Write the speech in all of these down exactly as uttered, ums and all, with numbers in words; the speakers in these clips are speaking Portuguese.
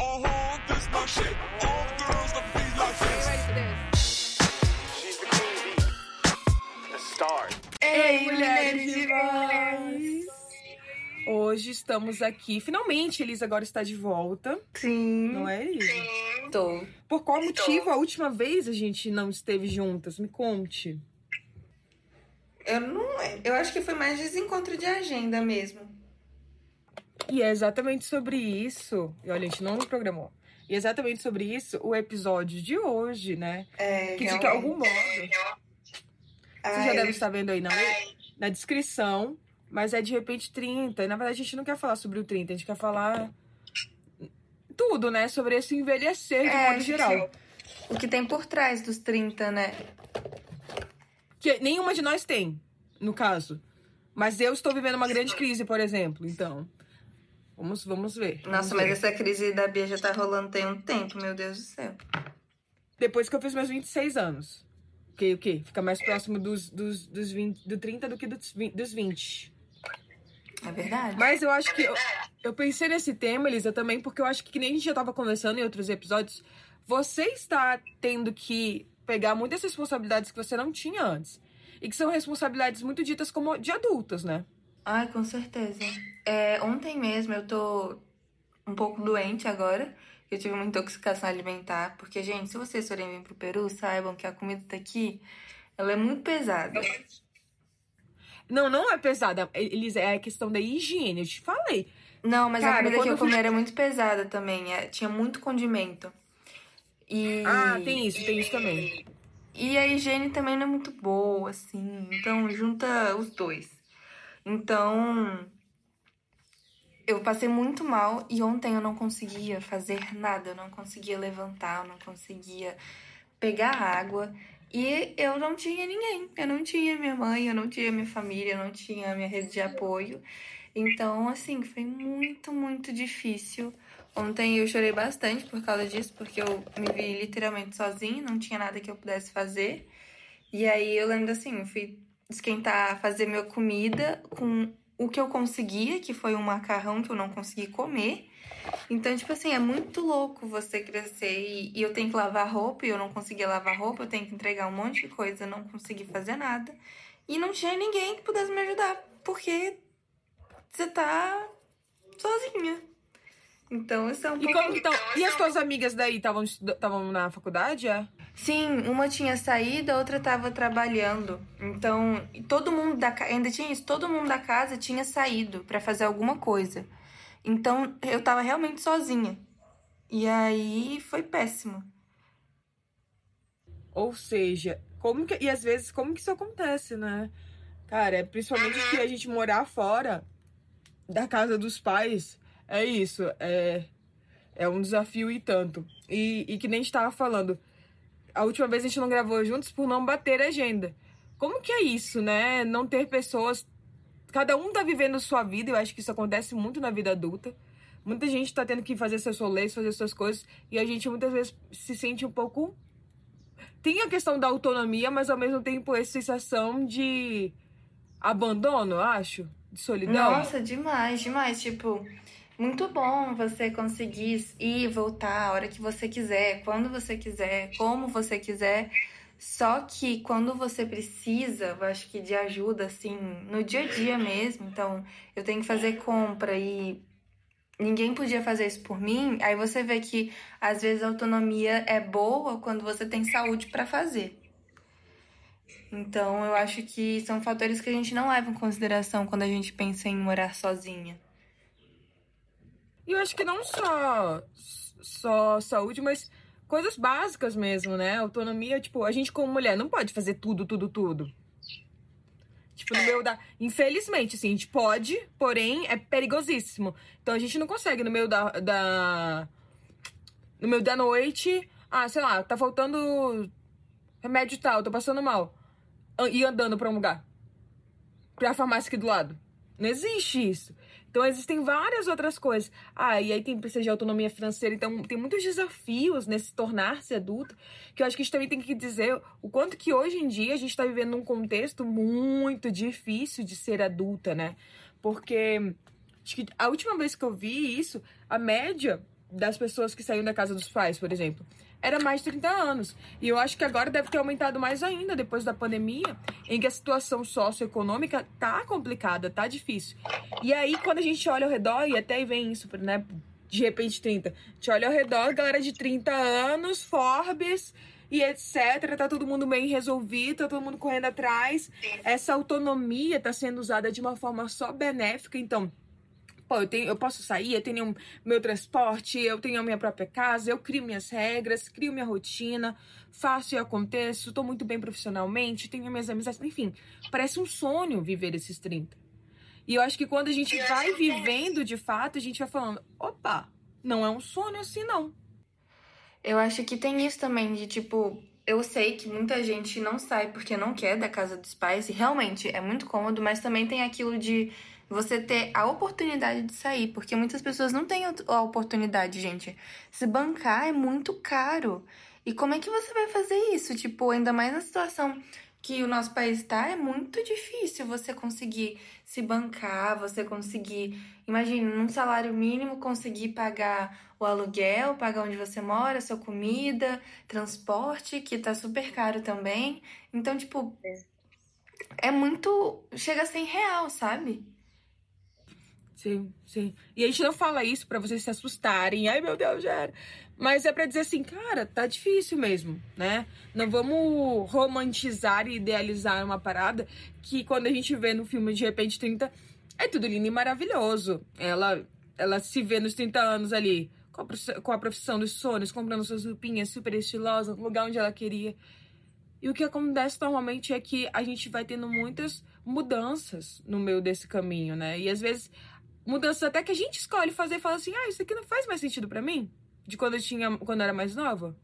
Uh-huh, this my shit. All the girls love me like this. Are you ready for this? She's the queen bee, the star. Ei, mulheres de voz! Hoje estamos aqui. Finalmente, Elisa agora está de volta. Sim. Não é, Elisa? Tô. Por qual motivo a última vez a gente não esteve juntas? Me conte. Eu não. Eu acho que foi mais desencontro de agenda mesmo. E é exatamente sobre isso. E olha, a gente não nos programou. E é exatamente sobre isso o episódio de hoje, né? É, Que de algum modo. Você já deve estar vendo aí na, na descrição. Mas é de repente trinta. E na verdade a gente não quer falar sobre o trinta. A gente quer falar tudo, né? Sobre esse envelhecer de É, modo geral. O que tem por trás dos trinta, né? Que nenhuma de nós tem, no caso. Mas eu estou vivendo uma grande crise, por exemplo. Então, vamos, vamos ver. Vamos Nossa, ver. mas essa crise da Bia já tá rolando tem um tempo, meu Deus do céu. Depois que eu fiz meus vinte e seis anos. Que o quê? Fica mais próximo dos, dos, dos vinte, do trinta do que dos vinte, dos vinte. É verdade? Mas eu acho que... Eu, eu pensei nesse tema, Elisa, também, porque eu acho que, que nem a gente já tava conversando em outros episódios, você está tendo que pegar muitas responsabilidades que você não tinha antes. E que são responsabilidades muito ditas como de adultas, né? Ai, com certeza. É, ontem mesmo eu tô um pouco doente agora. Eu tive uma intoxicação alimentar. Porque, gente, se vocês forem vir pro Peru, saibam que a comida daqui, ela é muito pesada. Não, não é pesada, Elisa, é a questão da higiene, eu te falei. Não, mas Cara, a comida quando que eu eu fui- comi era muito pesada também. é, tinha muito condimento. E... Ah, tem isso, tem isso também. E a higiene também não é muito boa, assim. Então, junta os dois. Então, eu passei muito mal e ontem eu não conseguia fazer nada. Eu não conseguia levantar, eu não conseguia pegar água. E eu não tinha ninguém. Eu não tinha minha mãe, eu não tinha minha família, eu não tinha minha rede de apoio. Então, assim, foi muito, muito difícil. Ontem eu chorei bastante por causa disso, porque eu me vi literalmente sozinha, não tinha nada que eu pudesse fazer. E aí eu lembro assim, eu fui esquentar, fazer minha comida com o que eu conseguia, que foi um macarrão que eu não consegui comer. Então, tipo assim, é muito louco você crescer e, e eu tenho que lavar roupa e eu não conseguia lavar roupa, eu tenho que entregar um monte de coisa, eu não consegui fazer nada. E não tinha ninguém que pudesse me ajudar, porque você tá sozinha. Então, isso é um E pouco... como que tão... E as tuas amigas daí estavam estavam na faculdade, é? Sim, uma tinha saído, a outra tava trabalhando. Então, e todo mundo da casa, ainda tinha isso, todo mundo da casa tinha saído pra fazer alguma coisa. Então, eu tava realmente sozinha. E aí, foi péssimo. Ou seja, como que... E às vezes, como que isso acontece, né? Cara, é principalmente que a gente morar fora da casa dos pais, é isso, é, é um desafio e tanto. E, e que nem a gente tava falando, a última vez a gente não gravou juntos por não bater a agenda. Como que é isso, né? Não ter pessoas... Cada um tá vivendo sua vida, eu acho que isso acontece muito na vida adulta. Muita gente tá tendo que fazer seus rolês, fazer suas coisas, e a gente muitas vezes se sente um pouco... Tem a questão da autonomia, mas ao mesmo tempo essa sensação de abandono, eu acho, de solidão. Nossa, demais, demais. Tipo, muito bom você conseguir ir e voltar a hora que você quiser, quando você quiser, como você quiser. Só que quando você precisa, eu acho que de ajuda, assim, no dia a dia mesmo. Então, eu tenho que fazer compra e ninguém podia fazer isso por mim. Aí você vê que, às vezes, a autonomia é boa quando você tem saúde pra fazer. Então, eu acho que são fatores que a gente não leva em consideração quando a gente pensa em morar sozinha. E eu acho que não só, só saúde, mas coisas básicas mesmo, né? Autonomia, tipo, a gente como mulher não pode fazer tudo, tudo, tudo. Tipo, no meio da... Infelizmente, assim, a gente pode, porém é perigosíssimo. Então a gente não consegue no meio da... da... No meio da noite, ah, sei lá, tá faltando remédio tal, tô passando mal. Ir andando pra um lugar. Pra farmácia aqui do lado. Não existe isso. Então, existem várias outras coisas. Ah, e aí tem precisa de autonomia financeira. Então, tem muitos desafios nesse tornar-se adulto, que eu acho que a gente também tem que dizer o quanto que hoje em dia a gente tá vivendo num contexto muito difícil de ser adulta, né? Porque acho que a última vez que eu vi isso, a média das pessoas que saíam da casa dos pais, por exemplo, era mais de trinta anos. E eu acho que agora deve ter aumentado mais ainda depois da pandemia, em que a situação socioeconômica tá complicada, tá difícil. E aí, quando a gente olha ao redor, e até vem isso, né, de repente trinta, a gente olha ao redor, galera de trinta anos, Forbes e etcétera, tá todo mundo bem resolvido, tá todo mundo correndo atrás. Essa autonomia tá sendo usada de uma forma só benéfica, então... Pô, eu, tenho, eu posso sair, eu tenho meu transporte, eu tenho a minha própria casa, eu crio minhas regras, crio minha rotina, faço e aconteço, tô muito bem profissionalmente, tenho minhas amizades, enfim, parece um sonho viver esses trinta. E eu acho que quando a gente vai vivendo de fato, a gente vai falando, opa, não é um sonho assim não. Eu acho que tem isso também de, tipo, eu sei que muita gente não sai porque não quer da casa dos pais, e realmente é muito cômodo, mas também tem aquilo de você ter a oportunidade de sair, porque muitas pessoas não têm a oportunidade, gente. Se bancar é muito caro. E como é que você vai fazer isso? Tipo, ainda mais na situação que o nosso país está, é muito difícil você conseguir se bancar, você conseguir, imagina, num salário mínimo, conseguir pagar o aluguel, pagar onde você mora, sua comida, transporte, que tá super caro também. Então, tipo, é muito... chega a ser irreal, sabe? Sim, sim. E a gente não fala isso pra vocês se assustarem. Ai, meu Deus, já era. Mas é pra dizer assim, cara, tá difícil mesmo, né? Não vamos romantizar e idealizar uma parada que quando a gente vê no filme De Repente trinta, é tudo lindo e maravilhoso. Ela, ela se vê nos trinta anos ali, com a, com a profissão dos sonhos, comprando suas roupinhas super estilosas, no lugar onde ela queria. E o que acontece normalmente é que a gente vai tendo muitas mudanças no meio desse caminho, né? E às vezes... mudanças até que a gente escolhe fazer e fala assim, ah, isso aqui não faz mais sentido pra mim? De quando eu tinha, quando eu era mais nova?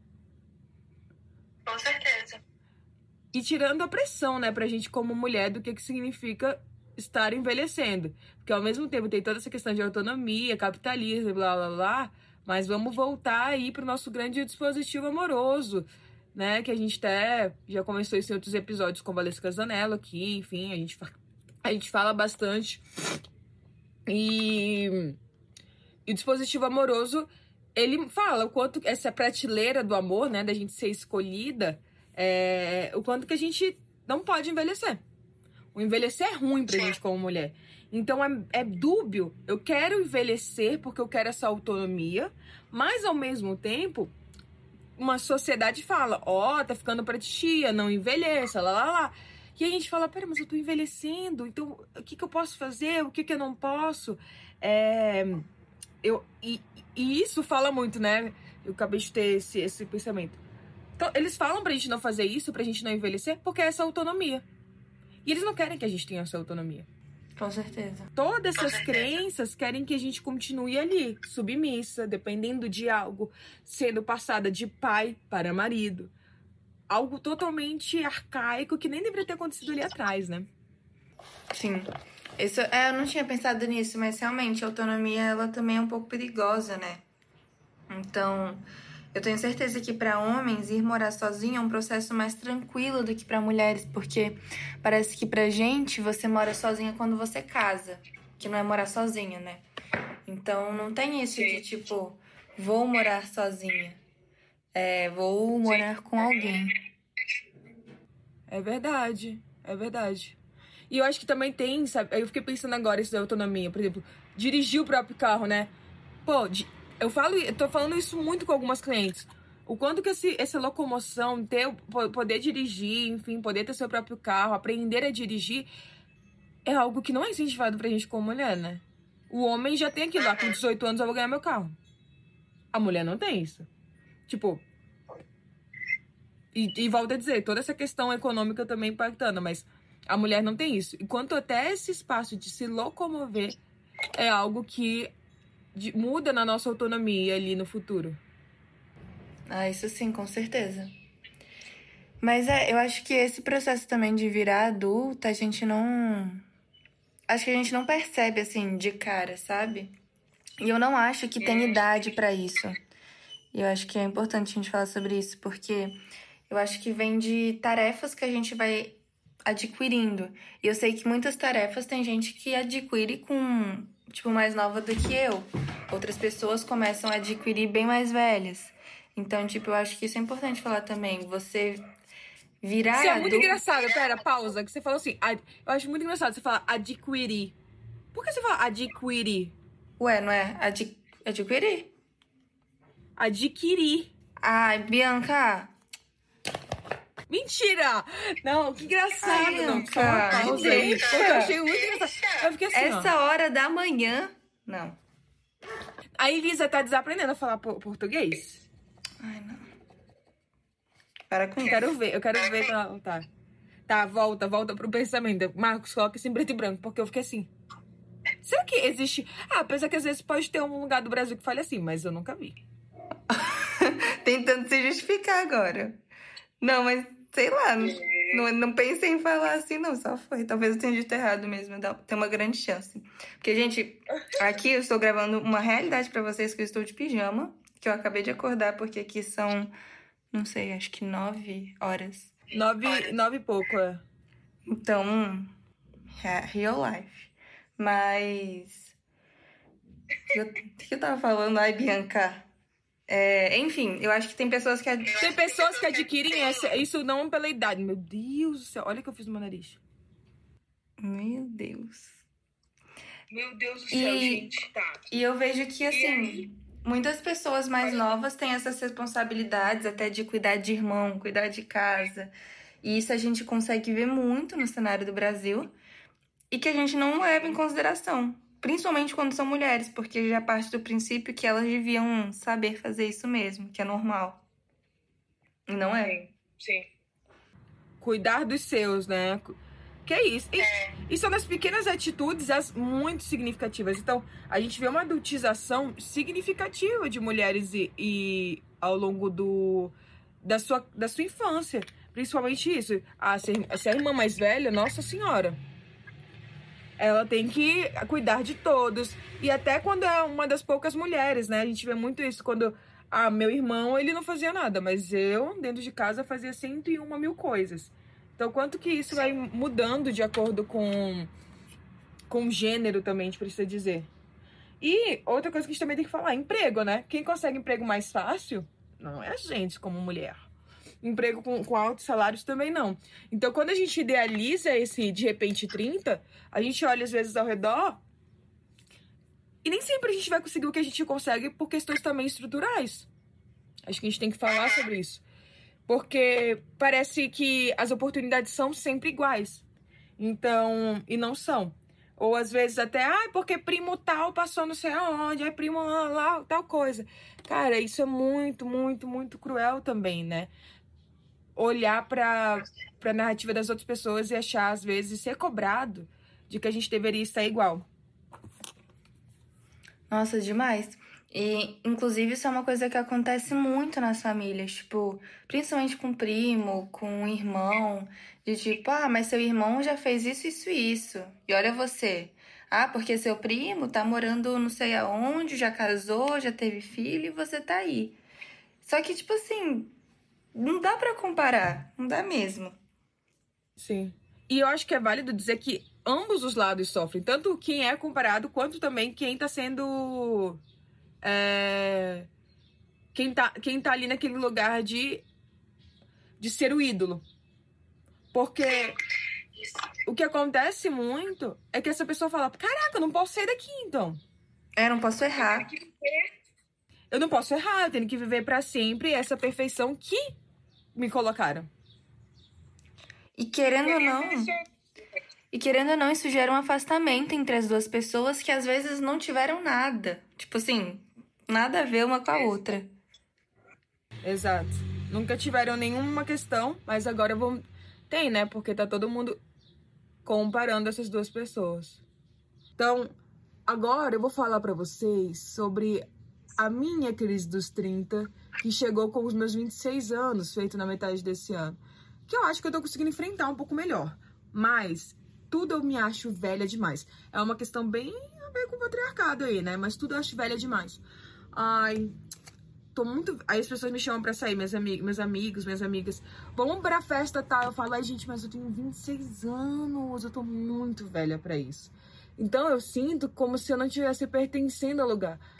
Com certeza. E tirando a pressão, né, pra gente como mulher do que que significa estar envelhecendo. Porque ao mesmo tempo tem toda essa questão de autonomia, capitalismo, blá, blá, blá. Mas vamos voltar aí pro nosso grande dispositivo amoroso, né? Que a gente até já começou isso em outros episódios com a Valesca Casanello aqui, enfim, a gente, a gente fala bastante... E, e o dispositivo amoroso, ele fala o quanto essa prateleira do amor, né, da gente ser escolhida, é, o quanto que a gente não pode envelhecer. O envelhecer é ruim pra gente como mulher. Então é, é dúbio, eu quero envelhecer porque eu quero essa autonomia, mas ao mesmo tempo, uma sociedade fala, ó, oh, tá ficando pra tia, não envelheça, lá, lá, lá. E a gente fala, pera, mas eu tô envelhecendo, então o que que eu posso fazer, o que que eu não posso? É, eu, e, e isso fala muito, né? Eu acabei de ter esse, esse pensamento. Então, eles falam pra gente não fazer isso, pra gente não envelhecer, porque é essa autonomia. E eles não querem que a gente tenha essa autonomia. Com certeza. Todas essas crenças querem que a gente continue ali, submissa, dependendo de algo, sendo passada de pai para marido. Algo totalmente arcaico que nem deveria ter acontecido ali atrás, né? Sim. Isso, é, eu não tinha pensado nisso, mas realmente a autonomia, ela também é um pouco perigosa, né? Então, eu tenho certeza que para homens ir morar sozinho é um processo mais tranquilo do que para mulheres, porque parece que pra gente você mora sozinha quando você casa, que não é morar sozinha, né? Então, não tem isso de tipo, vou morar sozinha. É, vou morar com alguém. É verdade, é verdade. E eu acho que também tem, sabe? Eu fiquei pensando agora isso da autonomia, por exemplo, dirigir o próprio carro, né? Pô, eu falo, eu tô falando isso muito com algumas clientes. O quanto que esse, essa locomoção, ter, poder dirigir, enfim, poder ter seu próprio carro, aprender a dirigir, é algo que não é incentivado pra gente como mulher, né? O homem já tem aquilo lá, com dezoito anos eu vou ganhar meu carro. A mulher não tem isso. Tipo, e, e volto a dizer, toda essa questão econômica também impactando, mas a mulher não tem isso. Enquanto até esse espaço de se locomover é algo que de, muda na nossa autonomia ali no futuro. Ah, isso sim, com certeza. Mas é, eu acho que esse processo também de virar adulta, a gente não... Acho que a gente não percebe, assim, de cara, sabe? E eu não acho que tem idade pra isso. E eu acho que é importante a gente falar sobre isso, porque eu acho que vem de tarefas que a gente vai adquirindo. E eu sei que muitas tarefas tem gente que adquire com, tipo, mais nova do que eu. outras pessoas começam a adquirir bem mais velhas. Então, tipo, eu acho que isso é importante falar também. Você virar Isso é adulto... muito engraçado. Pera, pausa. Que você falou assim, ad... eu acho muito engraçado você falar adquirir. Por que você fala adquirir? Ué, não é? Ad... Adquirir. Adquirir. Ai, Bianca... Mentira! Não, que engraçado. Ai, não, só uma Bianca, pausa aí. deixa. Porque eu achei muito engraçado. Eu fiquei assim, Essa ó. hora da manhã... Não. A Elisa tá desaprendendo a falar po- português? Ai, não. Para com Eu isso. quero ver, eu quero ver pra ela voltar. Tá, volta, volta pro pensamento. Marcos, coloca isso em preto e branco, porque eu fiquei assim. Será que existe... Ah, apesar que às vezes pode ter um lugar do Brasil que fale assim, mas eu nunca vi. Tentando se justificar agora. Não, mas sei lá. Não, não pensei em falar assim, não. Só foi. Talvez eu tenha dito errado mesmo. dá- Tem uma grande chance. Porque, gente, aqui eu estou gravando uma realidade pra vocês que eu estou de pijama. Que eu acabei de acordar, porque aqui são, não sei, acho que nove horas. Nove, nove e pouco, é. Então, é real life. Mas... O que que eu tava falando? Ai, Bianca. É, enfim, eu acho que tem pessoas que... ad- Tem pessoas que adquirem essa, isso não pela idade. Meu Deus do céu, olha o que eu fiz no meu nariz. Meu Deus. Meu Deus do E- céu, gente. Tá. E eu vejo que, assim, muitas pessoas mais novas têm essas responsabilidades até de cuidar de irmão, cuidar de casa. E isso a gente consegue ver muito no cenário do Brasil e que a gente não leva em consideração. Principalmente quando são mulheres, porque já parte do princípio que elas deviam saber fazer isso mesmo, que é normal. E não é. Sim, sim. Cuidar dos seus, né? Que é isso. E, e são das pequenas atitudes as muito significativas. Então, a gente vê uma adultização significativa de mulheres e, e ao longo do, da, sua, da sua infância. Principalmente isso. A, ser, a ser a irmã mais velha, nossa senhora. Ela tem que cuidar de todos. E até quando é uma das poucas mulheres, né? A gente vê muito isso. Quando, ah, meu irmão, ele não fazia nada. Mas eu, dentro de casa, fazia cento e uma mil coisas. Então, quanto que isso vai mudando de acordo com, com o gênero também, a gente precisa dizer. E outra coisa que a gente também tem que falar, emprego, né? Quem consegue emprego mais fácil, não é a gente como mulher. Emprego com, com altos salários também não. Então, quando a gente idealiza esse, de repente, trinta, a gente olha às vezes ao redor e nem sempre a gente vai conseguir o que a gente consegue por questões também estruturais. Acho que a gente tem que falar sobre isso. Porque parece que as oportunidades são sempre iguais. Então, e não são. Ou às vezes até, ah, porque primo tal passou não sei aonde, aí primo lá, lá, tal coisa. Cara, isso é muito, muito, muito cruel também, né? Olhar pra, pra narrativa das outras pessoas e achar, às vezes, ser cobrado de que a gente deveria estar igual. Nossa, demais. E, inclusive, isso é uma coisa que acontece muito nas famílias, tipo, principalmente com primo, com irmão, de tipo, ah, mas seu irmão já fez isso, isso e isso, e olha você. Ah, porque seu primo tá morando não sei aonde, já casou, já teve filho e você tá aí. Só que, tipo assim, não dá pra comparar, não dá mesmo. Sim. E eu acho que é válido dizer que ambos os lados sofrem, tanto quem é comparado, quanto também quem tá sendo... É... Quem, tá, quem tá ali naquele lugar de, de ser o ídolo. Porque o que acontece muito é que essa pessoa fala, caraca, eu não posso sair daqui, então. É, não posso errar. Eu não posso errar, eu tenho que viver pra sempre essa perfeição que me colocaram. E querendo ou não... E querendo ou não, isso gera um afastamento entre as duas pessoas que às vezes não tiveram nada. Tipo assim, nada a ver uma com a outra. Exato. Nunca tiveram nenhuma questão, mas agora vão... Tem, né? Porque tá todo mundo comparando essas duas pessoas. Então, agora eu vou falar pra vocês sobre a minha crise dos trinta, que chegou com os meus vinte e seis anos, feito na metade desse ano. Que eu acho que eu tô conseguindo enfrentar um pouco melhor. Mas tudo eu me acho velha demais. É uma questão bem a ver com o patriarcado aí, né? Mas tudo eu acho velha demais. Ai... Tô muito... Aí as pessoas me chamam pra sair, meus amigos, meus amigos, minhas amigas. Vamos pra festa, tá? Eu falo, ai, gente, mas eu tenho vinte e seis anos. Eu tô muito velha pra isso. Então eu sinto como se eu não estivesse pertencendo ao lugar.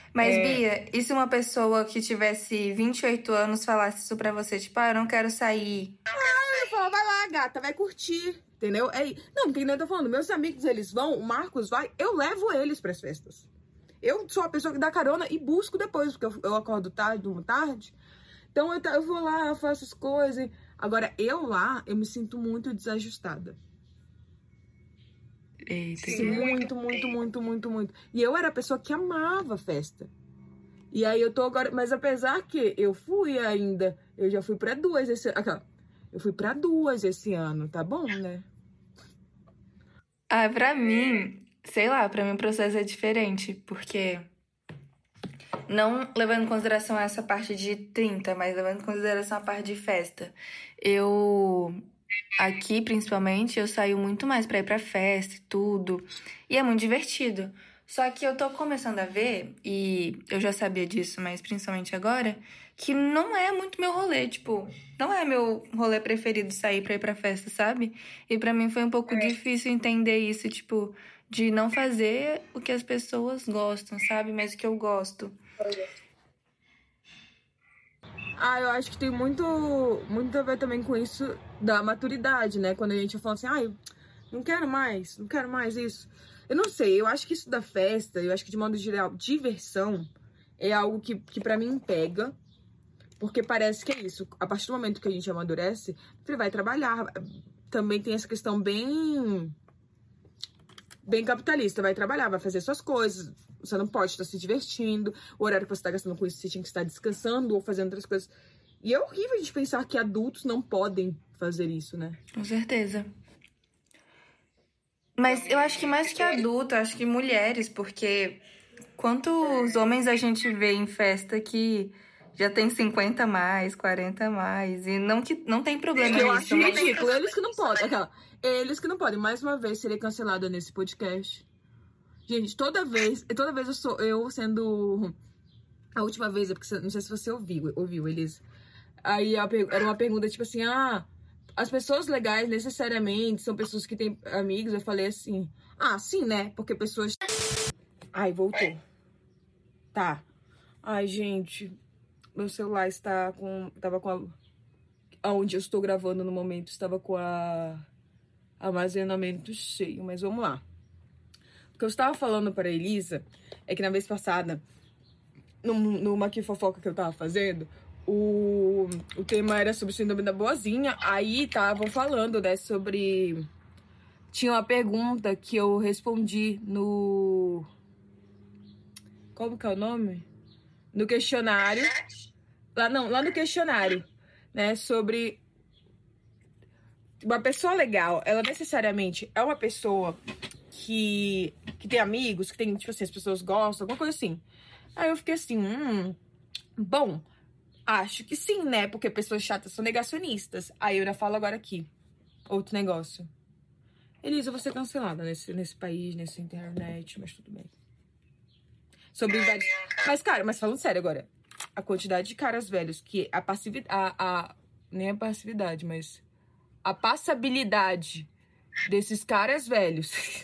Mas, É. Bia, e se uma pessoa que tivesse vinte e oito anos falasse isso pra você? Tipo, ah, eu não quero sair. Eu falo, vai lá, gata, vai curtir, entendeu? É, não, porque nem eu tô falando, meus amigos, eles vão, o Marcos vai, eu levo eles pras festas. Eu sou a pessoa que dá carona e busco depois, porque eu, eu acordo tarde, durmo tarde. Então eu, ta- eu vou lá, eu faço as coisas. Agora, eu lá, eu me sinto muito desajustada. Eita, Sim, muito, muito, muito, muito, muito. E eu era a pessoa que amava festa. E aí eu tô agora... Mas apesar que eu fui ainda... Eu já fui pra duas esse ano. Eu fui pra duas esse ano, tá bom, né? Ah, pra mim, sei lá, pra mim o processo é diferente, porque não levando em consideração essa parte de trinta, mas levando em consideração a parte de festa. Eu, aqui principalmente, eu saio muito mais pra ir pra festa e tudo, e é muito divertido. Só que eu tô começando a ver, e eu já sabia disso, mas principalmente agora, que não é muito meu rolê, tipo, não é meu rolê preferido sair pra ir pra festa, sabe? E pra mim foi um pouco difícil entender isso, tipo, de não fazer o que as pessoas gostam, sabe? Mas o que eu gosto. Ah, eu acho que tem muito, muito a ver também com isso da maturidade, né? Quando a gente fala assim, ai, não quero mais, não quero mais isso. Eu não sei, eu acho que isso da festa, eu acho que de modo geral, diversão é algo que, que pra mim pega, porque parece que é isso. A partir do momento que a gente amadurece, você vai trabalhar. Também tem essa questão bem, bem capitalista, vai trabalhar, vai fazer suas coisas. Você não pode estar se divertindo. O horário que você está gastando com isso, você tinha que estar descansando ou fazendo outras coisas. E é horrível a gente pensar que adultos não podem fazer isso, né? Com certeza. Mas eu acho que mais que adulto, eu acho que mulheres, porque quantos homens a gente vê em festa que já tem cinquenta a mais, quarenta a mais, e não que não tem problema Eu nisso, acho mas ridículo. Eles que não podem. Aquela, eles que não podem. Mais uma vez, serei cancelada nesse podcast. Gente, toda vez, toda vez eu sou eu sendo... A última vez, é porque você- não sei se você ouviu, ouviu eles. Aí a per- era uma pergunta tipo assim, ah, as pessoas legais necessariamente são pessoas que têm amigos. Eu falei assim, ah, sim, né? Porque pessoas... Ai, voltou. Tá. Ai, gente, meu celular está com... Tava com a... Onde eu estou gravando no momento, estava com a... armazenamento cheio, mas vamos lá. O que eu estava falando para a Elisa é que na vez passada, num- numa aqui fofoca que eu tava fazendo, o, o tema era sobre o síndrome da boazinha. Aí estavam falando, né, sobre... Tinha uma pergunta que eu respondi no... Como que é o nome? No questionário. Lá, não, lá no questionário, né, sobre... Uma pessoa legal, ela necessariamente é uma pessoa que, que tem amigos, que tem, tipo assim, as pessoas gostam, alguma coisa assim. Aí eu fiquei assim, hum, bom, acho que sim, né? Porque pessoas chatas são negacionistas. Aí eu já falo agora aqui, outro negócio. Elisa, eu vou ser cancelada nesse, nesse país, nessa internet, mas tudo bem. Sobre idade. Mas, cara, mas falando sério agora, a quantidade de caras velhos que a passividade, a, a, nem a passividade, mas a passabilidade desses caras velhos.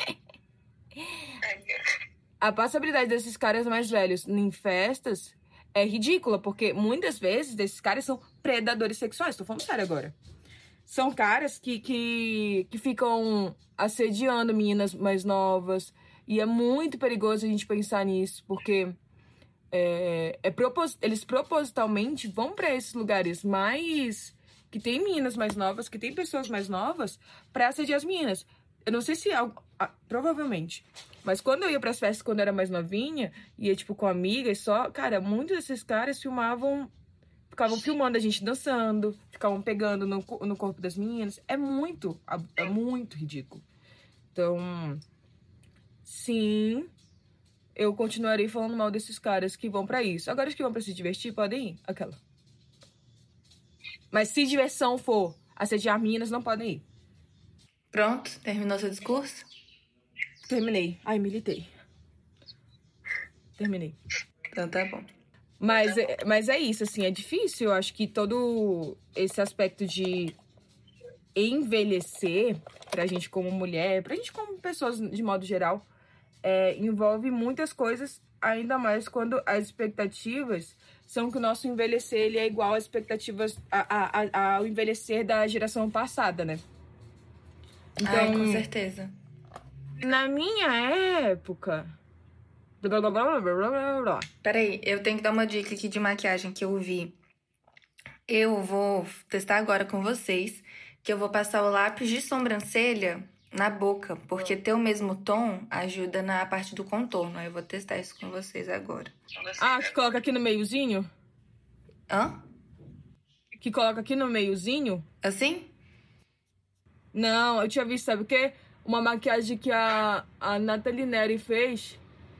A passabilidade desses caras mais velhos em festas é ridícula, porque muitas vezes esses caras são predadores sexuais. Tô falando sério agora. São caras que, que, que ficam assediando meninas mais novas. E é muito perigoso a gente pensar nisso, porque é, é propos- eles propositalmente vão pra esses lugares mais... que tem meninas mais novas, que tem pessoas mais novas, pra assediar as meninas. Eu não sei se... algo- ah, provavelmente. Mas quando eu ia pras festas, quando eu era mais novinha, ia, tipo, com amigas só... Cara, muitos desses caras filmavam... Ficavam filmando a gente dançando, ficavam pegando no, co- no corpo das meninas. É muito, é muito ridículo. Então, sim, eu continuarei falando mal desses caras que vão pra isso. Agora, os que vão pra se divertir, podem ir. Aquela. Mas se diversão for assediar meninas, não podem ir. pronto, terminou seu discurso? Terminei. Ai, militei. Terminei. Então tá bom. Mas, é- mas é isso, assim, é difícil. Eu acho que todo esse aspecto de envelhecer, pra gente como mulher, pra gente como pessoas de modo geral, é, envolve muitas coisas ainda mais quando as expectativas são que o nosso envelhecer ele é igual às expectativas a, a, a, ao envelhecer da geração passada, né? Então, Ai, com certeza. na minha época... Blá, blá, blá, blá, blá, blá, blá. Peraí, eu tenho que dar uma dica aqui de maquiagem que eu vi. Eu vou testar agora com vocês, que eu vou passar o lápis de sobrancelha na boca, porque ter o mesmo tom ajuda na parte do contorno. Aí eu vou testar isso com vocês agora. Ah, que coloca aqui no meiozinho? Hã? Que coloca aqui no meiozinho? Assim? Não, eu tinha visto, sabe o quê? Uma maquiagem que a, a Nathalie Neri fez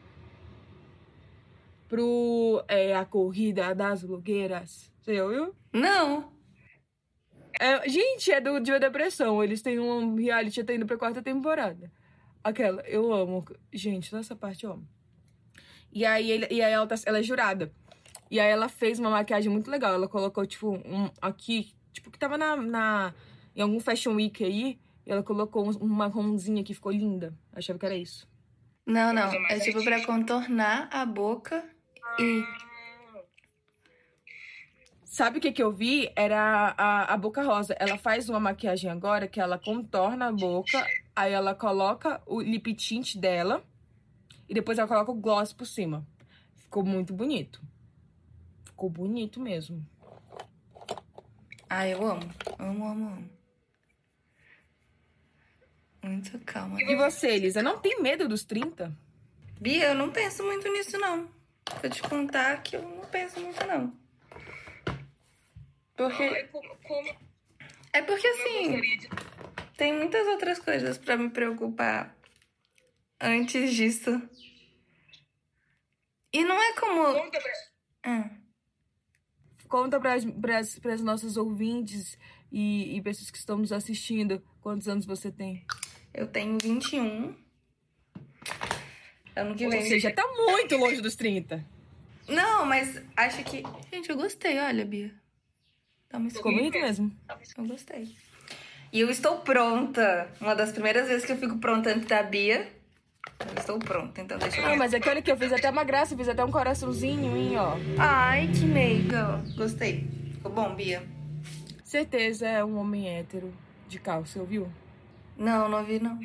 pro... É, a Corrida das Blogueiras. Você já ouviu? Não. É, gente, é do Dia da Depressão. Eles têm um reality, tá indo pra quarta temporada. Aquela, eu amo. Gente, nessa parte eu amo. E aí, ele, e aí ela, tá, ela é jurada. E aí ela fez uma maquiagem muito legal. Ela colocou, tipo, um aqui, tipo, que tava na, na, em algum Fashion Week aí. E ela colocou um, um marronzinho que ficou linda. Achava que era isso. Não, não. É tipo pra contornar a boca e... Sabe o que que eu vi? Era a, a Boca Rosa. Ela faz uma maquiagem agora que ela contorna a boca, aí ela coloca o lip tint dela e depois ela coloca o gloss por cima. Ficou muito bonito. Ficou bonito mesmo. Ah, eu amo. Amo, amo, amo. Muito calma. E você, Elisa, não tem medo dos trinta? Bia, eu não penso muito nisso, não. Vou te contar que eu não penso muito, não. Porque... Ai, como, como É porque, eu assim, gostaria de... tem muitas outras coisas pra me preocupar antes disso. E não é como... Conta pra... Ah, Conta para as nossas ouvintes e, e pessoas que estão nos assistindo quantos anos você tem. eu tenho vinte e um. Ano que Ou vem. seja, tá muito longe dos trinta. Não, mas acho que... Gente, eu gostei, olha, Bia. Tá uma Ficou bonito mesmo. Eu gostei. E eu estou pronta. Uma das primeiras vezes que eu fico pronta antes da Bia. Eu estou pronta, então deixa eu Ah, mas é que olha que eu fiz até uma graça, eu fiz até um coraçãozinho, hein, ó. Ai, que meiga. Gostei. Ficou bom, Bia? Certeza é um homem hétero de calça, ouviu? Não, não vi, não.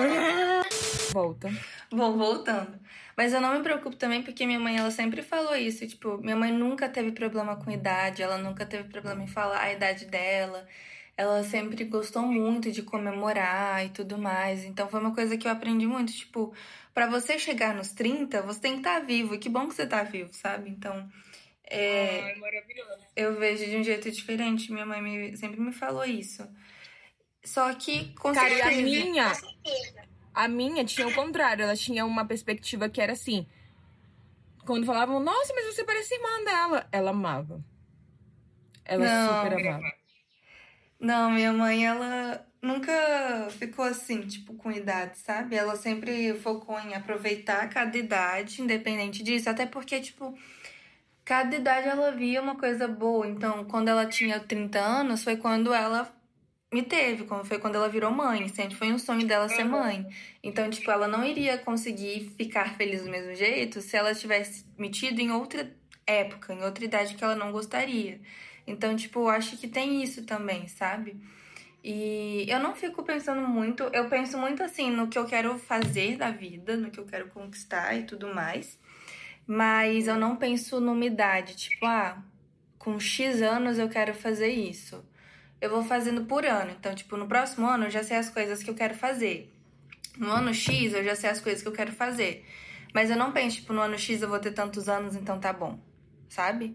Volta. Bom, voltando. Mas eu não me preocupo também porque minha mãe, ela sempre falou isso. Tipo, minha mãe nunca teve problema com idade. Ela nunca teve problema em falar a idade dela. Ela sempre gostou muito de comemorar e tudo mais. Então foi uma coisa que eu aprendi muito. Tipo, pra você chegar nos trinta, você tem que estar vivo. E que bom que você tá vivo, sabe? Então, é, Ai, maravilhoso. eu vejo de um jeito diferente. Minha mãe me- sempre me falou isso. Só que, com Cara, e a certeza... minha, a minha tinha o contrário. Ela tinha uma perspectiva que era assim. Quando falavam, nossa, mas você parece irmã dela. Ela amava. Ela Não. super amava. Não, minha mãe, ela nunca ficou assim, tipo, com idade, sabe? Ela sempre focou em aproveitar cada idade, independente disso. Até porque, tipo, cada idade ela via uma coisa boa. Então, quando ela tinha trinta anos, foi quando ela me teve, quando- foi quando ela virou mãe. Sempre foi um sonho dela ser mãe. Então, tipo, ela não iria conseguir ficar feliz do mesmo jeito se ela tivesse metido em outra época, em outra idade que ela não gostaria. Então, tipo, eu acho que tem isso também, sabe? E eu não fico pensando muito, eu penso muito assim no que eu quero fazer da vida, no que eu quero conquistar e tudo mais. Mas eu não penso numa idade, tipo, ah, com X anos eu quero fazer isso. Eu vou fazendo por ano. Então, tipo, no próximo ano eu já sei as coisas que eu quero fazer. No ano X eu já sei as coisas que eu quero fazer. Mas eu não penso, tipo, no ano X eu vou ter tantos anos, então tá bom. Sabe?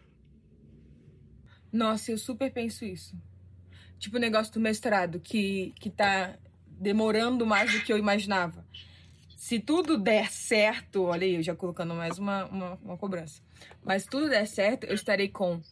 Nossa, eu super penso isso. Tipo o negócio do mestrado, que, que tá demorando mais do que eu imaginava. Se tudo der certo, olha aí, eu já colocando mais uma, uma, uma cobrança. Mas se tudo der certo, eu estarei com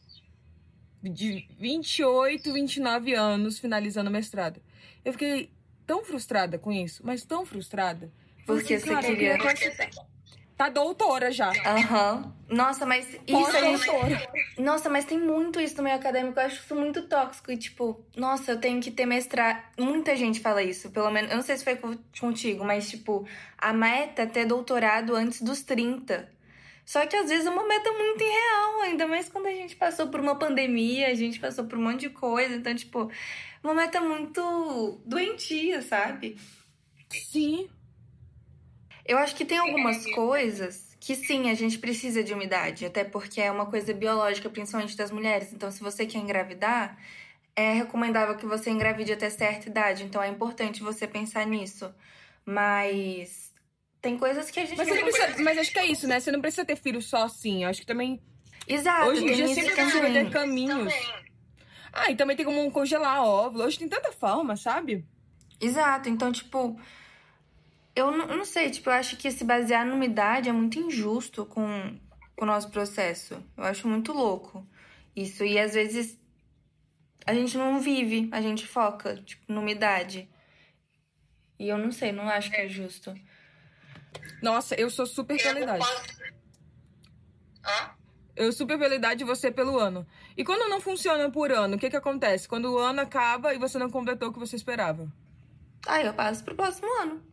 de vinte e oito, vinte e nove anos finalizando o mestrado. Eu fiquei tão frustrada com isso, mas tão frustrada. Porque Assim, você cara, eu queria- queria... Tá doutora já. Aham. Nossa, mas isso a gente... Pós-doutora. Nossa, mas tem muito isso no meio acadêmico. Eu acho isso muito tóxico. E, tipo, nossa, eu tenho que ter mestrado. Muita gente fala isso, pelo menos. Eu não sei se foi co- contigo, mas, tipo, a meta é ter doutorado antes dos trinta. Só que às vezes é uma meta muito irreal, ainda mais quando a gente passou por uma pandemia, a gente passou por um monte de coisa. Então, tipo, uma meta muito doentia, sabe? Sim. Eu acho que tem algumas coisas que sim, a gente precisa de umidade, até porque é uma coisa biológica, principalmente das mulheres. Então, se você quer engravidar, é recomendável que você engravide até certa idade. Então, é importante você pensar nisso. Mas tem coisas que a gente Mas, não você não precisa, mas acho que é isso, né? Você não precisa ter filho só assim. Eu acho que também... Exato, Hoje em tem dia isso sempre consigo também. ter caminhos. Ah, e também tem como congelar óvulo. Hoje tem tanta forma, sabe? Exato, então, tipo, eu não, eu não sei, tipo, eu acho que se basear numa idade é muito injusto com, com o nosso processo. Eu acho muito louco isso. E às vezes a gente não vive, a gente foca, tipo, numa idade. E eu não sei, não acho que é justo. Nossa, eu sou super pela Eu não idade. posso... Hã? Eu super pela idade e você pelo ano. E quando não funciona por ano, o que que acontece? Quando o ano acaba e você não completou o que você esperava. Aí eu passo pro próximo ano.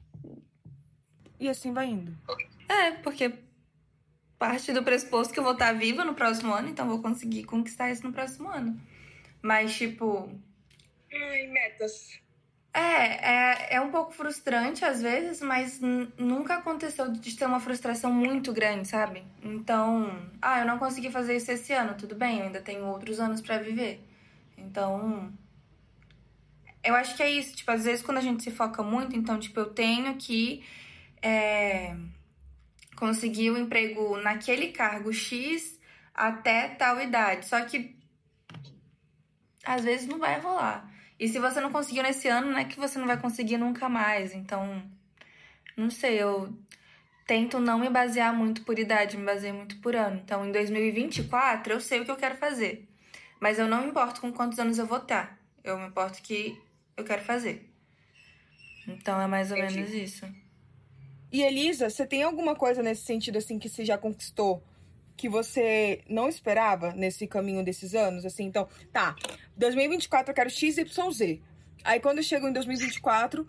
E assim vai indo. É, porque parte do pressuposto que eu vou estar viva no próximo ano, então eu vou conseguir conquistar isso no próximo ano. Mas, tipo, Ai, metas. É, é, é um pouco frustrante às vezes, mas n- nunca aconteceu de ter uma frustração muito grande, sabe? Então, ah, eu não consegui fazer isso esse ano, tudo bem, eu ainda tenho outros anos pra viver. Então, eu acho que é isso, tipo, às vezes quando a gente se foca muito, então, tipo, eu tenho que é, conseguir o emprego naquele cargo X até tal idade. Só que às vezes não vai rolar. E se você não conseguiu nesse ano, não é que você não vai conseguir nunca mais. Então, não sei, eu tento não me basear muito por idade, me baseio muito por ano. Então, em dois mil e vinte e quatro, eu sei o que eu quero fazer. Mas eu não me importo com quantos anos eu vou estar. Eu me importo que eu quero fazer. Então, é mais ou Entendi. menos isso. E Elisa, você tem alguma coisa nesse sentido, assim, que você já conquistou, que você não esperava nesse caminho desses anos? Assim, então, tá, dois mil e vinte e quatro eu quero X Y Z. Aí quando eu chego em dois mil e vinte e quatro,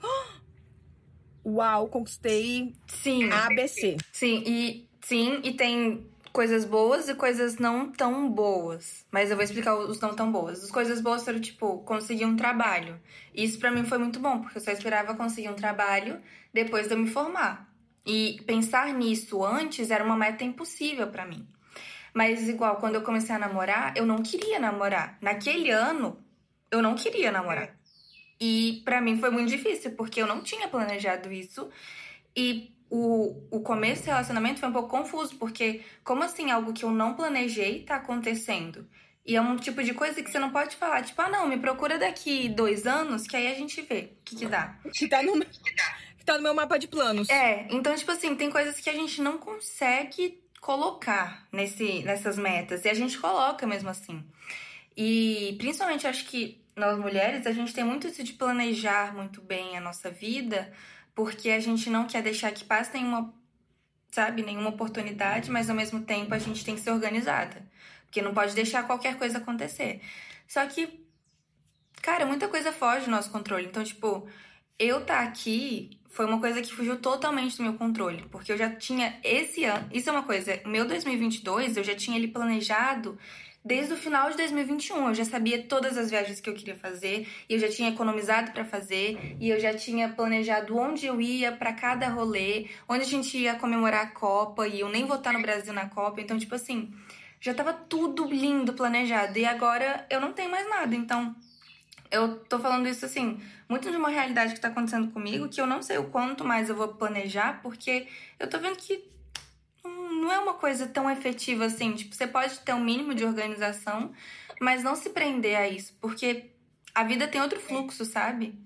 uau, conquistei Sim, A, B, C. sim, e sim, e tem coisas boas e coisas não tão boas. Mas eu vou explicar os não tão boas. As coisas boas foram, tipo, conseguir um trabalho. Isso pra mim foi muito bom, porque eu só esperava conseguir um trabalho depois de eu me formar. E pensar nisso antes era uma meta impossível pra mim. Mas igual, quando eu comecei a namorar, eu não queria namorar. Naquele ano, eu não queria namorar. E pra mim foi muito difícil, porque eu não tinha planejado isso. E o, o começo do relacionamento foi um pouco confuso, porque como assim algo que eu não planejei tá acontecendo? E é um tipo de coisa que você não pode falar, tipo, ah, não, me procura daqui dois anos, que aí a gente vê o que que dá. Que tá no, que tá no meu mapa de planos. É, então, tipo assim, tem coisas que a gente não consegue colocar nesse, nessas metas, e a gente coloca mesmo assim. E principalmente acho que nós mulheres, a gente tem muito isso de planejar muito bem a nossa vida, porque a gente não quer deixar que passe nenhuma, sabe, nenhuma oportunidade, mas ao mesmo tempo a gente tem que ser organizada, porque não pode deixar qualquer coisa acontecer. Só que, cara, muita coisa foge do nosso controle. Então, tipo, eu tá aqui foi uma coisa que fugiu totalmente do meu controle, porque eu já tinha esse ano, isso é uma coisa, o meu dois mil e vinte e dois, eu já tinha ele planejado desde o final de dois mil e vinte e um, eu já sabia todas as viagens que eu queria fazer, e eu já tinha economizado pra fazer, e eu já tinha planejado onde eu ia pra cada rolê, onde a gente ia comemorar a Copa, e eu nem vou estar no Brasil na Copa, então, tipo assim, já tava tudo lindo planejado, e agora eu não tenho mais nada, então eu tô falando isso, assim, muito de uma realidade que tá acontecendo comigo, que eu não sei o quanto mais eu vou planejar, porque eu tô vendo que não é uma coisa tão efetiva assim. Tipo, você pode ter um mínimo de organização, mas não se prender a isso, porque a vida tem outro fluxo, sabe?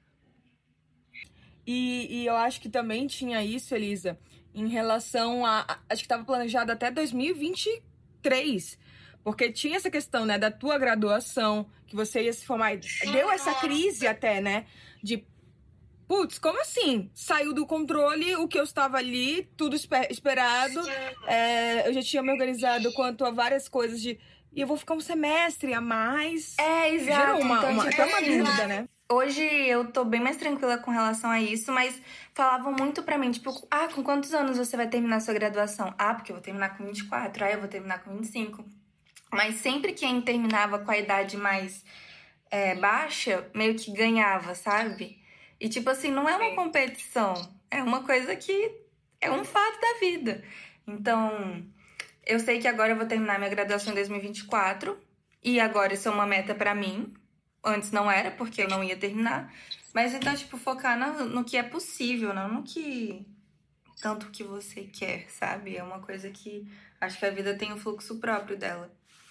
E, e eu acho que também tinha isso, Elisa, em relação a... a- Acho que estava planejado até dois mil e vinte e três. Porque tinha essa questão, né, da tua graduação, que você ia se formar. Deu essa crise até, né? De putz, como assim? Saiu do controle o que eu estava ali, tudo espe- esperado. É, eu já tinha me organizado quanto a várias coisas de... E eu vou ficar um semestre a mais. É, exato. Gerou uma, então, uma, tipo até uma assim, dúvida, né? hoje eu tô bem mais tranquila com relação a isso, mas falavam muito pra mim, tipo, ah, com quantos anos você vai terminar sua graduação? Ah, porque eu vou terminar com vinte e quatro, ah, eu vou terminar com vinte e cinco. Mas sempre quem terminava com a idade mais é, baixa, meio que ganhava, sabe? E tipo assim, não é uma competição, é uma coisa que é um fato da vida. Então, eu sei que agora eu vou terminar minha graduação em dois mil e vinte e quatro, e agora isso é uma meta pra mim. Antes não era, porque eu não ia terminar. Mas então, tipo, focar no, no que é possível, não no que... tanto que você quer, sabe? É uma coisa que acho que a vida tem o fluxo próprio dela.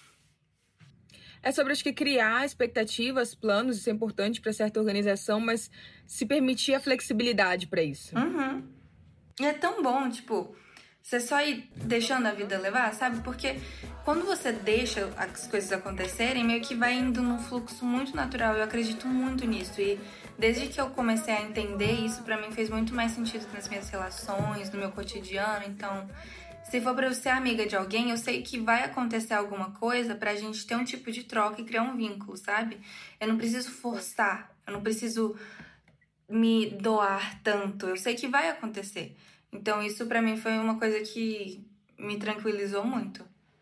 É sobre, acho que, criar expectativas, planos, isso é importante para certa organização, mas se permitir a flexibilidade para isso. Uhum. E é tão bom, tipo, você só ir deixando a vida levar, sabe? Porque quando você deixa as coisas acontecerem, meio que vai indo num fluxo muito natural. Eu acredito muito nisso. E desde que eu comecei a entender isso, pra mim fez muito mais sentido nas minhas relações, no meu cotidiano. Então, se for pra eu ser amiga de alguém, eu sei que vai acontecer alguma coisa pra gente ter um tipo de troca e criar um vínculo, sabe? Eu não preciso forçar, eu não preciso me doar tanto. Eu sei que vai acontecer. Então, isso pra mim foi uma coisa que me tranquilizou muito.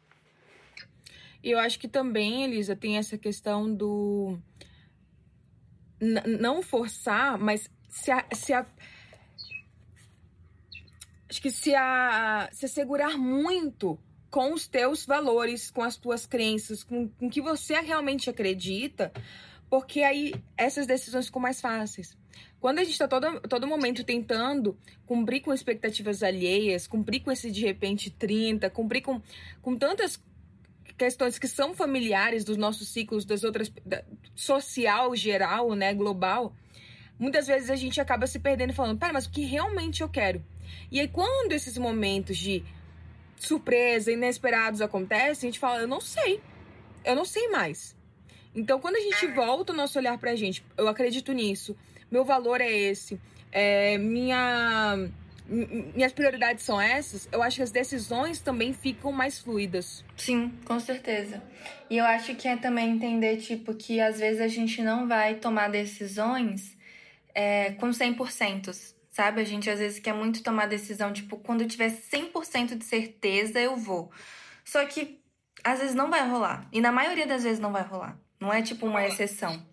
E eu acho que também, Elisa, tem essa questão do... N- não forçar, mas se a... Se a... Acho que se, a... se assegurar muito com os teus valores, com as tuas crenças, com o que você realmente acredita, porque aí essas decisões ficam mais fáceis. Quando a gente está todo, todo momento tentando cumprir com expectativas alheias, cumprir com esse de repente trinta, cumprir com, com tantas questões que são familiares dos nossos ciclos, das outras, da, social, geral, né, global, muitas vezes a gente acaba se perdendo e falando, pera, mas o que realmente eu quero? E aí quando esses momentos de surpresa, inesperados acontecem, a gente fala, eu não sei, eu não sei mais. Então, quando a gente volta o nosso olhar pra gente, eu acredito nisso, meu valor é esse, é, minha, minhas prioridades são essas, eu acho que as decisões também ficam mais fluidas. Sim, com certeza. E eu acho que é também entender, tipo, que às vezes a gente não vai tomar decisões é, com cem por cento, sabe? A gente às vezes quer muito tomar decisão, tipo, quando eu tiver cem por cento de certeza, eu vou. Só que às vezes não vai rolar. E na maioria das vezes não vai rolar. Não é tipo uma exceção.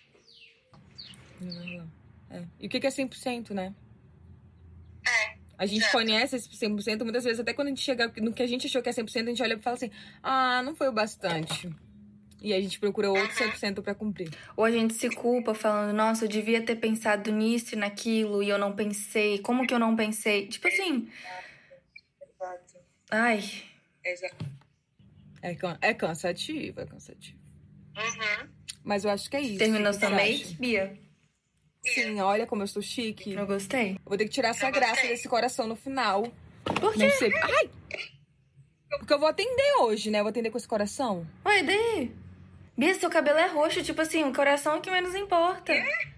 É. E o que é cem por cento, né? É. A gente Certo. conhece esse cem por cento, muitas vezes, até quando a gente chega no que a gente achou que é cem por cento, a gente olha e fala assim, ah, não foi o bastante. E aí a gente procura outro cem por cento pra cumprir. Ou a gente se culpa falando, nossa, eu devia ter pensado nisso e naquilo e eu não pensei. Como que eu não pensei? Tipo assim, Exato. ai, Exato. É, can- é cansativo, é cansativo. Uhum. Mas eu acho que é isso. terminou O que sua você make, acha? Bia? Sim, olha como eu estou chique. Eu gostei. Eu vou ter que tirar essa Eu graça gostei. desse coração no final. Por quê? Não sei. Ai! Porque eu vou atender hoje, né? Eu vou atender com esse coração. Ué, daí? Bia, seu cabelo é roxo, tipo assim, o coração é o que menos importa.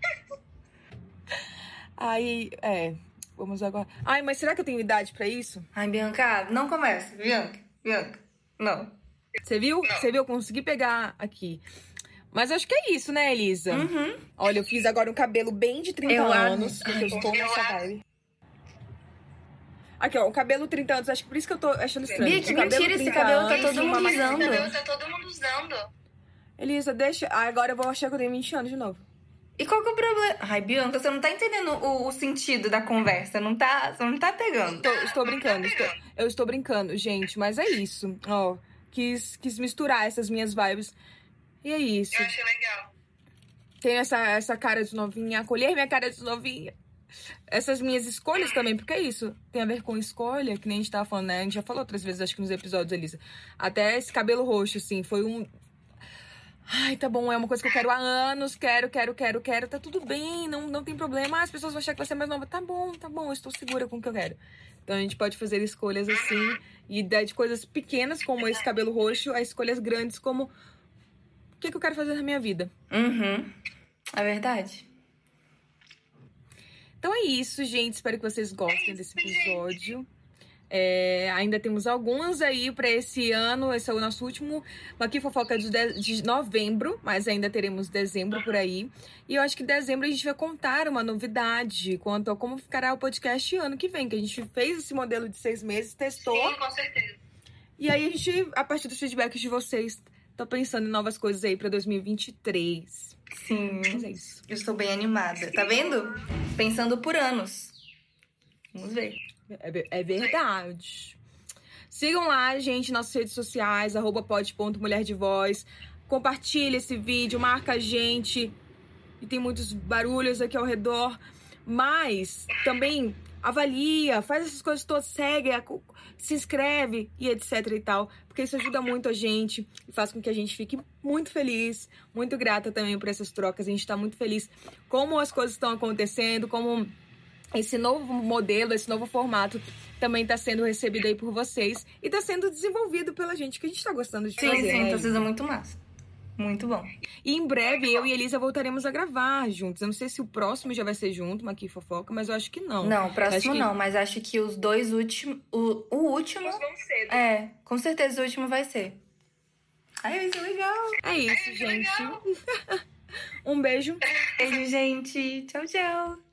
Aí, é. Vamos agora. Ai, mas será que eu tenho idade pra isso? Ai, Bianca, não começa. Bianca, Bianca, não. Você viu? Você viu? Eu consegui pegar aqui. Mas acho que é isso, né, Elisa? Uhum. Olha, eu fiz agora um cabelo bem de trinta Eu anos, amo. porque eu estou Eu nessa amo. vibe. Aqui, ó, o cabelo trinta anos, acho que por isso que eu tô achando estranho. Bia, que O cabelo mentira, esse trinta cabelo tá anos, todo uma mundo maquiagem. usando. Meu Deus, tá todo mundo usando. Elisa, deixa. Ah, agora eu vou achar que eu tenho vinte anos de novo. E qual que é o problema? Ai, Bianca, você não tá entendendo o, o sentido da conversa. Não tá, você não tá pegando. Estou, estou brincando, estou- eu estou brincando, gente, mas é isso. Ó, quis, quis misturar essas minhas vibes. E é isso. Eu achei legal. Tenho essa, essa cara de novinha, acolher minha cara de novinha. Essas minhas escolhas também, porque é isso. Tem a ver com escolha, que nem a gente tava falando, né? A gente já falou outras vezes, acho que nos episódios, Elisa. Até esse cabelo roxo, assim, foi um... Ai, tá bom, é uma coisa que eu quero há anos, quero, quero, quero, quero. Tá tudo bem, não, não tem problema. Ah, as pessoas vão achar que você é mais nova. Tá bom, tá bom, eu estou segura com o que eu quero. Então a gente pode fazer escolhas assim, e dar de coisas pequenas, como esse cabelo roxo, a escolhas grandes, como... O que, que eu quero fazer na minha vida? Uhum. É verdade. Então é isso, gente. Espero que vocês gostem desse episódio. É, ainda temos alguns aí pra esse ano. Esse é o nosso último Aqui Fofoca de, de, de novembro, mas ainda teremos dezembro por aí. E eu acho que em dezembro a gente vai contar uma novidade quanto a como ficará o podcast ano que vem, que a gente fez esse modelo de seis meses, testou. Sim, com certeza. E aí a gente, a partir dos feedbacks de vocês, tá pensando em novas coisas aí pra dois mil e vinte e três. Sim. Mas é isso. Eu estou bem animada. Tá vendo? Pensando por anos. Vamos ver. É, ve- é verdade. Sigam lá, gente, nas redes sociais, arroba pod ponto mulher de voz. Compartilha esse vídeo, marca a gente. E tem muitos barulhos aqui ao redor. Mas também avalia, faz essas coisas todas, segue, acu- se inscreve e etc e tal. Porque isso ajuda muito a gente e faz com que a gente fique muito feliz, muito grata também por essas trocas. A gente tá muito feliz como as coisas estão acontecendo, como esse novo modelo, esse novo formato também tá sendo recebido aí por vocês e tá sendo desenvolvido pela gente, que a gente tá gostando de Sim, fazer, sim, né? tá sendo muito massa. Muito bom. E em breve eu e Elisa voltaremos a gravar juntos. Eu não sei se o próximo já vai ser junto, uma aqui fofoca, mas eu acho que não. Não, o Acho próximo que- não, mas acho que os dois últimos. O, o último. Uns vão cedo. É, com certeza o último vai ser. Ai, vai ser legal. É isso, que gente. legal. Um beijo. Beijo, gente. Tchau, tchau.